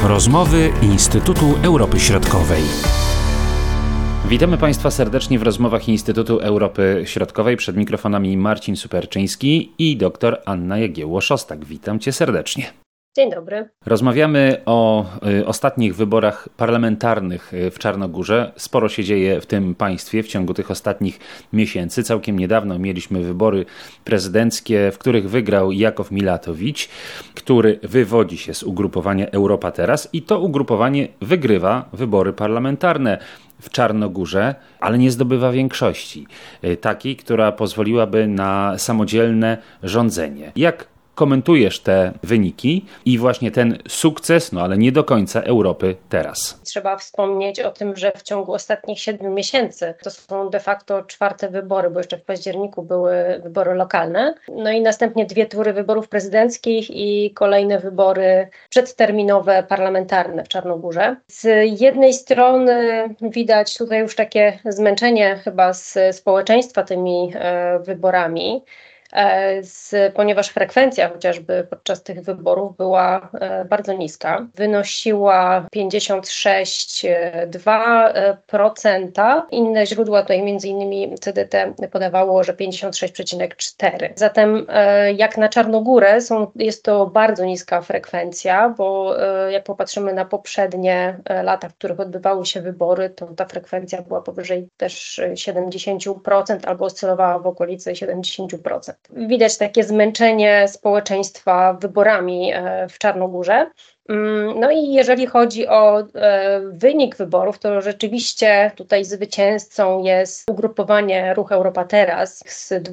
Rozmowy Instytutu Europy Środkowej. Witamy Państwa serdecznie w rozmowach Instytutu Europy Środkowej. Przed mikrofonami Marcin Superczyński i dr Anna Jagiełło-Szostak. Witam Cię serdecznie. Dzień dobry. Rozmawiamy o ostatnich wyborach parlamentarnych w Czarnogórze. Sporo się dzieje w tym państwie w ciągu tych ostatnich miesięcy. Całkiem niedawno mieliśmy wybory prezydenckie, w których wygrał Jakow Milatowicz, który wywodzi się z ugrupowania Europa Teraz i to ugrupowanie wygrywa wybory parlamentarne w Czarnogórze, ale nie zdobywa większości. Takiej, która pozwoliłaby na samodzielne rządzenie. Jak komentujesz te wyniki i właśnie ten sukces, ale nie do końca Europy Teraz? Trzeba wspomnieć o tym, że w ciągu ostatnich 7 miesięcy to są de facto 4 wybory, bo jeszcze w październiku były wybory lokalne. No i następnie 2 tury wyborów prezydenckich i kolejne wybory przedterminowe parlamentarne w Czarnogórze. Z jednej strony widać tutaj już takie zmęczenie chyba z społeczeństwa tymi wyborami, ponieważ frekwencja chociażby podczas tych wyborów była bardzo niska. Wynosiła 56,2%. Inne źródła, tutaj m.in. CDT podawało, że 56,4%. Zatem jak na Czarnogórę jest to bardzo niska frekwencja, bo jak popatrzymy na poprzednie lata, w których odbywały się wybory, to ta frekwencja była powyżej też 70% albo oscylowała w okolicy 70%. Widać takie zmęczenie społeczeństwa wyborami w Czarnogórze. No i jeżeli chodzi o wynik wyborów, to rzeczywiście tutaj zwycięzcą jest ugrupowanie Ruch Europa Teraz z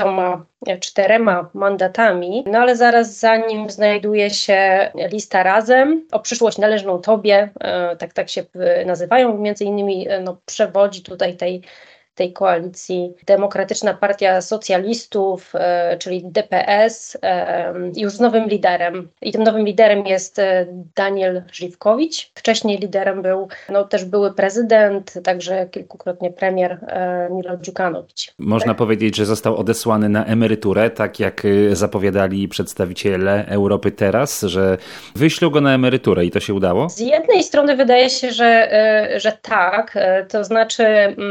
24 mandatami, no ale zaraz za nim znajduje się lista Razem, o przyszłość należną Tobie, tak się nazywają, między innymi przewodzi tutaj tej koalicji Demokratyczna Partia Socjalistów, czyli DPS, już z nowym liderem. I tym nowym liderem jest Daniel Żywkowicz. Wcześniej liderem był też były prezydent, także kilkukrotnie premier Milo Dżukanović. Można powiedzieć, że został odesłany na emeryturę, tak jak zapowiadali przedstawiciele Europy Teraz, że wyślą go na emeryturę i to się udało? Z jednej strony wydaje się, że tak, to znaczy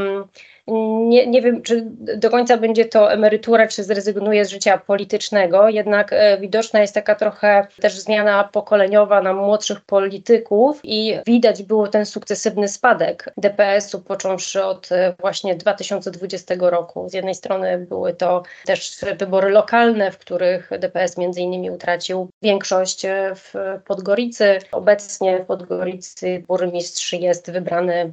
nie wiem, czy do końca będzie to emerytura, czy zrezygnuje z życia politycznego, jednak widoczna jest taka trochę też zmiana pokoleniowa na młodszych polityków i widać było ten sukcesywny spadek DPS-u, począwszy od właśnie 2020 roku. Z jednej strony były to też wybory lokalne, w których DPS między innymi utracił większość w Podgoricy. Obecnie w Podgoricy burmistrz jest wybrany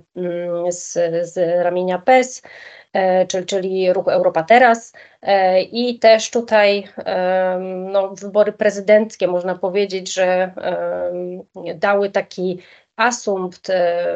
z ramienia PES, czyli Ruch Europa Teraz, i też tutaj wybory prezydenckie można powiedzieć, że dały taki asumpt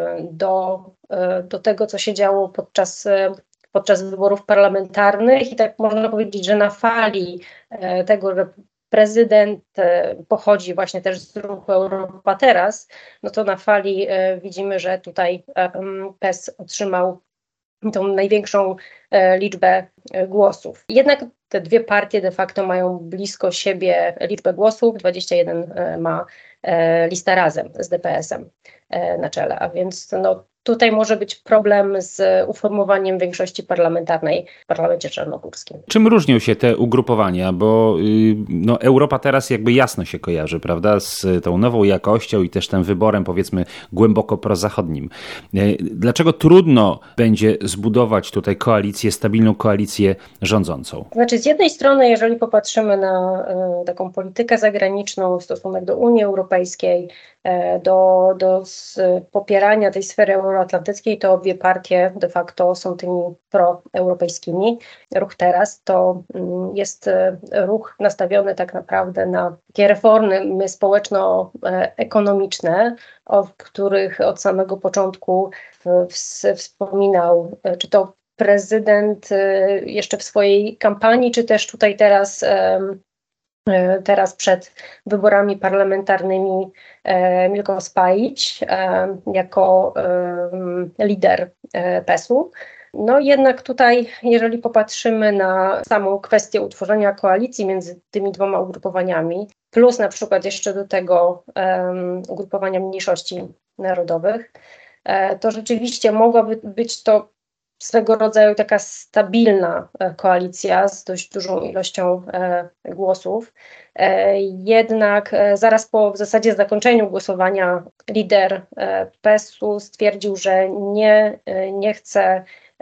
do tego, co się działo podczas wyborów parlamentarnych i tak można powiedzieć, że na fali tego, że prezydent pochodzi właśnie też z Ruchu Europa Teraz, to na fali widzimy, że tutaj PES otrzymał tą największą liczbę głosów. Jednak te 2 partie de facto mają blisko siebie liczbę głosów. 21 ma lista Razem z DPS-em na czele, a więc tutaj może być problem z uformowaniem większości parlamentarnej w parlamencie czarnogórskim. Czym różnią się te ugrupowania? Bo Europa Teraz jakby jasno się kojarzy, prawda, z tą nową jakością i też tym wyborem, powiedzmy, głęboko prozachodnim. Dlaczego trudno będzie zbudować tutaj stabilną koalicję rządzącą? Znaczy, z jednej strony, jeżeli popatrzymy na taką politykę zagraniczną, stosunek do Unii Europejskiej, do popierania tej sfery euroatlantyckiej, to 2 partie de facto są tymi proeuropejskimi. Ruch Teraz to jest ruch nastawiony tak naprawdę na takie reformy społeczno-ekonomiczne, o których od samego początku wspominał, czy to prezydent jeszcze w swojej kampanii, czy też tutaj teraz przed wyborami parlamentarnymi Milko Spajić jako lider PES-u. No jednak tutaj, jeżeli popatrzymy na samą kwestię utworzenia koalicji między tymi dwoma ugrupowaniami, plus na przykład jeszcze do tego ugrupowania mniejszości narodowych, to rzeczywiście mogłaby być to swego rodzaju taka stabilna koalicja z dość dużą ilością głosów. Jednak zaraz po w zasadzie zakończeniu głosowania lider PES-u stwierdził, że nie chce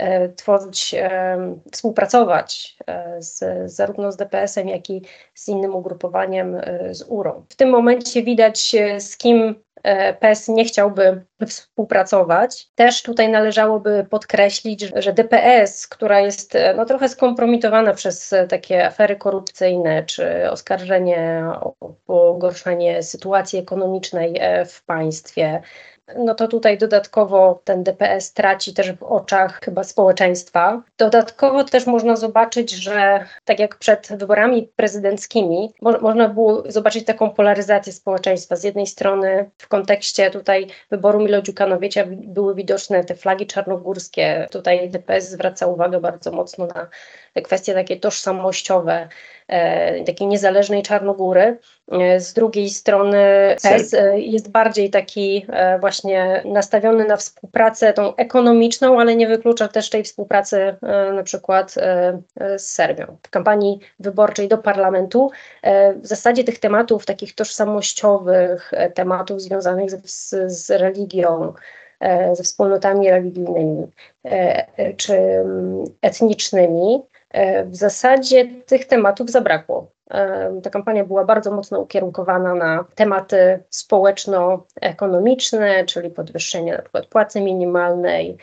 współpracować zarówno z DPS-em, jak i z innym ugrupowaniem, z URO. W tym momencie widać, z kim PES nie chciałby współpracować. Też tutaj należałoby podkreślić, że DPS, która jest trochę skompromitowana przez takie afery korupcyjne czy oskarżenie o pogorszenie sytuacji ekonomicznej w państwie, no to tutaj dodatkowo ten DPS traci też w oczach chyba społeczeństwa. Dodatkowo też można zobaczyć, że tak jak przed wyborami prezydenckimi, można było zobaczyć taką polaryzację społeczeństwa. Z jednej strony w kontekście tutaj wyboru Milo Dziukanovicia były widoczne te flagi czarnogórskie. Tutaj DPS zwraca uwagę bardzo mocno na te kwestie takie tożsamościowe, takiej niezależnej Czarnogóry. Z drugiej strony PES jest bardziej taki właśnie nastawiony na współpracę tą ekonomiczną, ale nie wyklucza też tej współpracy na przykład z Serbią. W kampanii wyborczej do parlamentu w zasadzie tych tematów takich tożsamościowych, tematów związanych z religią, ze wspólnotami religijnymi czy etnicznymi, w zasadzie tych tematów zabrakło. Ta kampania była bardzo mocno ukierunkowana na tematy społeczno-ekonomiczne, czyli podwyższenie na przykład płacy minimalnej,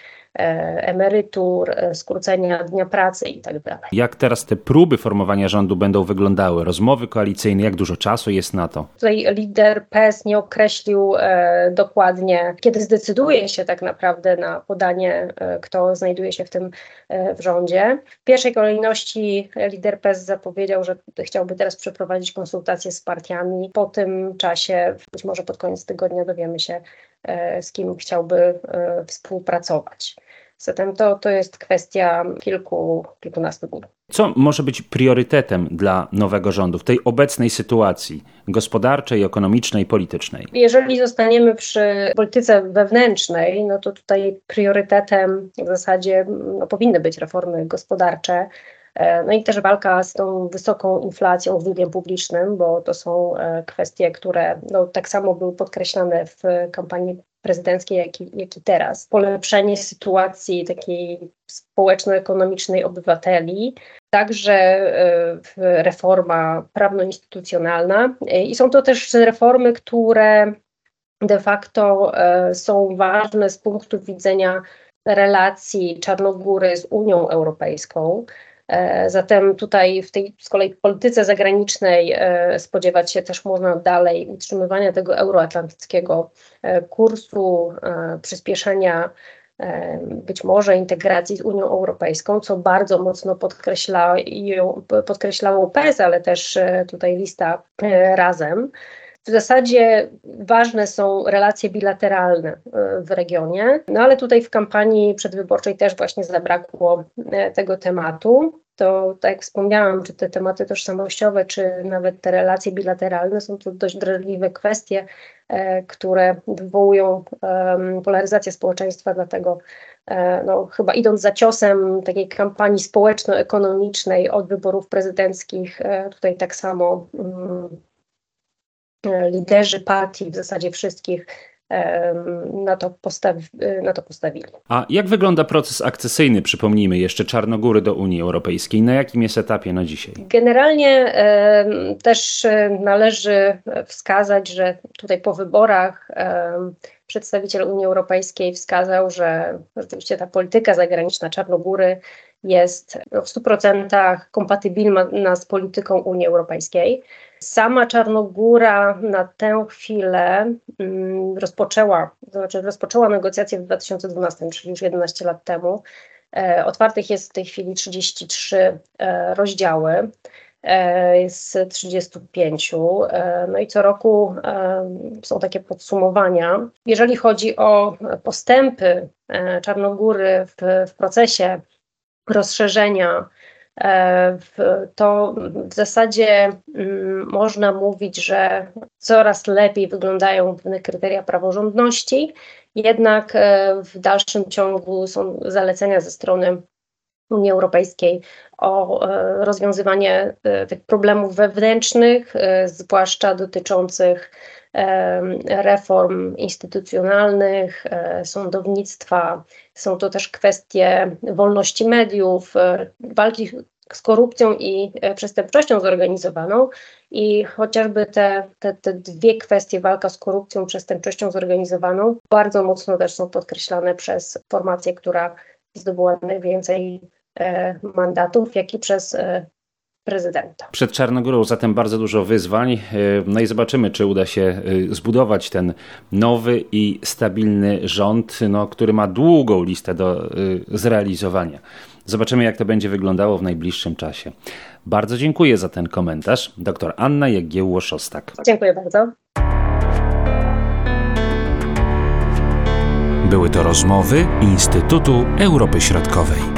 emerytur, skrócenia dnia pracy i tak dalej. Jak teraz te próby formowania rządu będą wyglądały? Rozmowy koalicyjne, jak dużo czasu jest na to? Tutaj lider PES nie określił dokładnie, kiedy zdecyduje się tak naprawdę na podanie, kto znajduje się w rządzie. W pierwszej kolejności lider PES zapowiedział, że chciałby teraz przeprowadzić konsultacje z partiami. Po tym czasie, być może pod koniec tygodnia, dowiemy się, z kim chciałby współpracować. Zatem to jest kwestia kilkunastu dni. Co może być priorytetem dla nowego rządu w tej obecnej sytuacji gospodarczej, ekonomicznej, politycznej? Jeżeli zostaniemy przy polityce wewnętrznej, no to tutaj priorytetem w zasadzie powinny być reformy gospodarcze. No i też walka z tą wysoką inflacją w długiem publicznym, bo to są kwestie, które tak samo były podkreślane w kampanii prezydenckiej, jak i teraz. Polepszenie sytuacji takiej społeczno-ekonomicznej obywateli, także reforma prawno-instytucjonalna. I są to też reformy, które de facto są ważne z punktu widzenia relacji Czarnogóry z Unią Europejską. Zatem tutaj w tej z kolei polityce zagranicznej spodziewać się też można dalej utrzymywania tego euroatlantyckiego kursu, przyspieszenia być może integracji z Unią Europejską, co bardzo mocno podkreślało PES, ale też tutaj lista Razem. W zasadzie ważne są relacje bilateralne w regionie, no ale tutaj w kampanii przedwyborczej też właśnie zabrakło tego tematu. To tak jak wspomniałam, czy te tematy tożsamościowe, czy nawet te relacje bilateralne są to dość drażliwe kwestie, które wywołują polaryzację społeczeństwa, dlatego chyba idąc za ciosem takiej kampanii społeczno-ekonomicznej od wyborów prezydenckich, tutaj tak samo liderzy partii, w zasadzie wszystkich, na to postawili. A jak wygląda proces akcesyjny, przypomnijmy jeszcze, Czarnogóry do Unii Europejskiej? Na jakim jest etapie na dzisiaj? Generalnie też należy wskazać, że tutaj po wyborach przedstawiciel Unii Europejskiej wskazał, że rzeczywiście ta polityka zagraniczna Czarnogóry jest w 100% kompatybilna z polityką Unii Europejskiej. Sama Czarnogóra na tę chwilę rozpoczęła negocjacje w 2012, czyli już 11 lat temu. Otwartych jest w tej chwili 33 rozdziały. z 35. No i co roku są takie podsumowania. Jeżeli chodzi o postępy Czarnogóry w procesie rozszerzenia, to w zasadzie można mówić, że coraz lepiej wyglądają pewne kryteria praworządności, jednak w dalszym ciągu są zalecenia ze strony Unii Europejskiej o rozwiązywanie tych problemów wewnętrznych, zwłaszcza dotyczących reform instytucjonalnych, sądownictwa. Są to też kwestie wolności mediów, walki z korupcją i przestępczością zorganizowaną i chociażby te dwie kwestie, walka z korupcją, przestępczością zorganizowaną, bardzo mocno też są podkreślane przez formację, która zdobyła najwięcej mandatów, jak i przez prezydenta. Przed Czarnogórą zatem bardzo dużo wyzwań. No i zobaczymy, czy uda się zbudować ten nowy i stabilny rząd, który ma długą listę do zrealizowania. Zobaczymy, jak to będzie wyglądało w najbliższym czasie. Bardzo dziękuję za ten komentarz. Dr Anna Jagiełło-Szostak. Dziękuję bardzo. Były to rozmowy Instytutu Europy Środkowej.